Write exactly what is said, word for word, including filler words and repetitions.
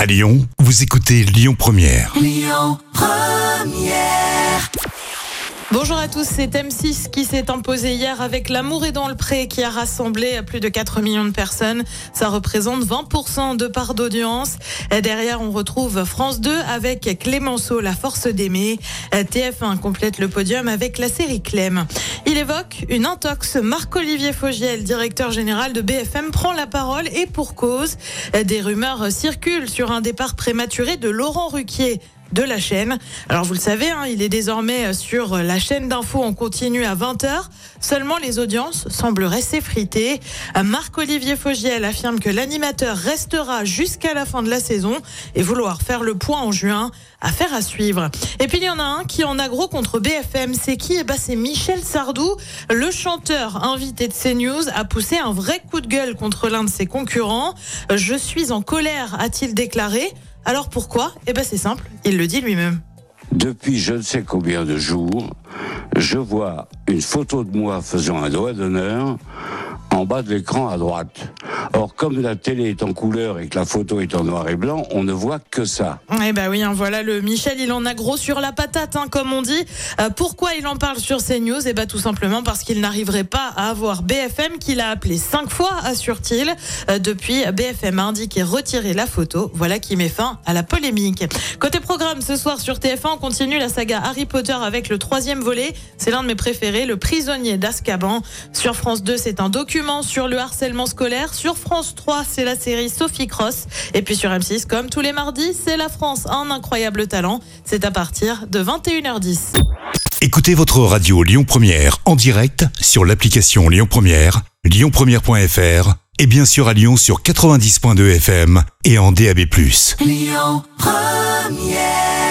À Lyon, vous écoutez Lyon Première. Lyon Première. Bonjour à tous, c'est M six qui s'est imposé hier avec L'amour est dans le pré qui a rassemblé plus de quatre millions de personnes. Ça représente vingt pour cent de part d'audience. Derrière, on retrouve France deux avec Clémenceau, La force d'aimer. T F un complète le podium avec la série Clem. Il évoque une intox. Marc-Olivier Fogiel, directeur général de B F M, prend la parole et pour cause. Des rumeurs circulent sur un départ prématuré de Laurent Ruquier de la chaîne. Alors vous le savez, hein, il est désormais sur la chaîne d'info en continu à vingt heures. Seulement les audiences sembleraient s'effriter. Marc-Olivier Fogiel affirme que l'animateur restera jusqu'à la fin de la saison et vouloir faire le point en juin. Affaire à suivre. Et puis il y en a un qui en a gros contre B F M. C'est qui ? Eh ben, c'est Michel Sardou. Le chanteur invité de CNews a poussé un vrai coup de gueule contre l'un de ses concurrents. « Je suis en colère », a-t-il déclaré. Alors pourquoi ? Eh ben c'est simple, il le dit lui-même. Depuis je ne sais combien de jours, je vois une photo de moi faisant un doigt d'honneur en bas de l'écran à droite. Or, comme la télé est en couleur et que la photo est en noir et blanc, on ne voit que ça. Eh ben oui, hein, voilà, le Michel, il en a gros sur la patate, hein, comme on dit. Euh, pourquoi il en parle sur CNews ? Eh ben tout simplement parce qu'il n'arriverait pas à avoir B F M, qu'il a appelé cinq fois, assure-t-il. Euh, depuis, B F M a indiqué retirer la photo. Voilà qui met fin à la polémique. Côté programme, ce soir sur T F un, on continue la saga Harry Potter avec le troisième volet. C'est l'un de mes préférés, Le prisonnier d'Azkaban. Sur France deux, c'est un document sur le harcèlement scolaire. Sur France trois, c'est la série Sophie Cross. Et puis sur M six, comme tous les mardis, c'est La France a un incroyable talent. C'est à partir de vingt et une heures dix. Écoutez votre radio Lyon Première en direct sur l'application Lyon Première, lyon première point f r et bien sûr à Lyon sur quatre-vingt-dix virgule deux F M et en D A B plus. Lyon Première.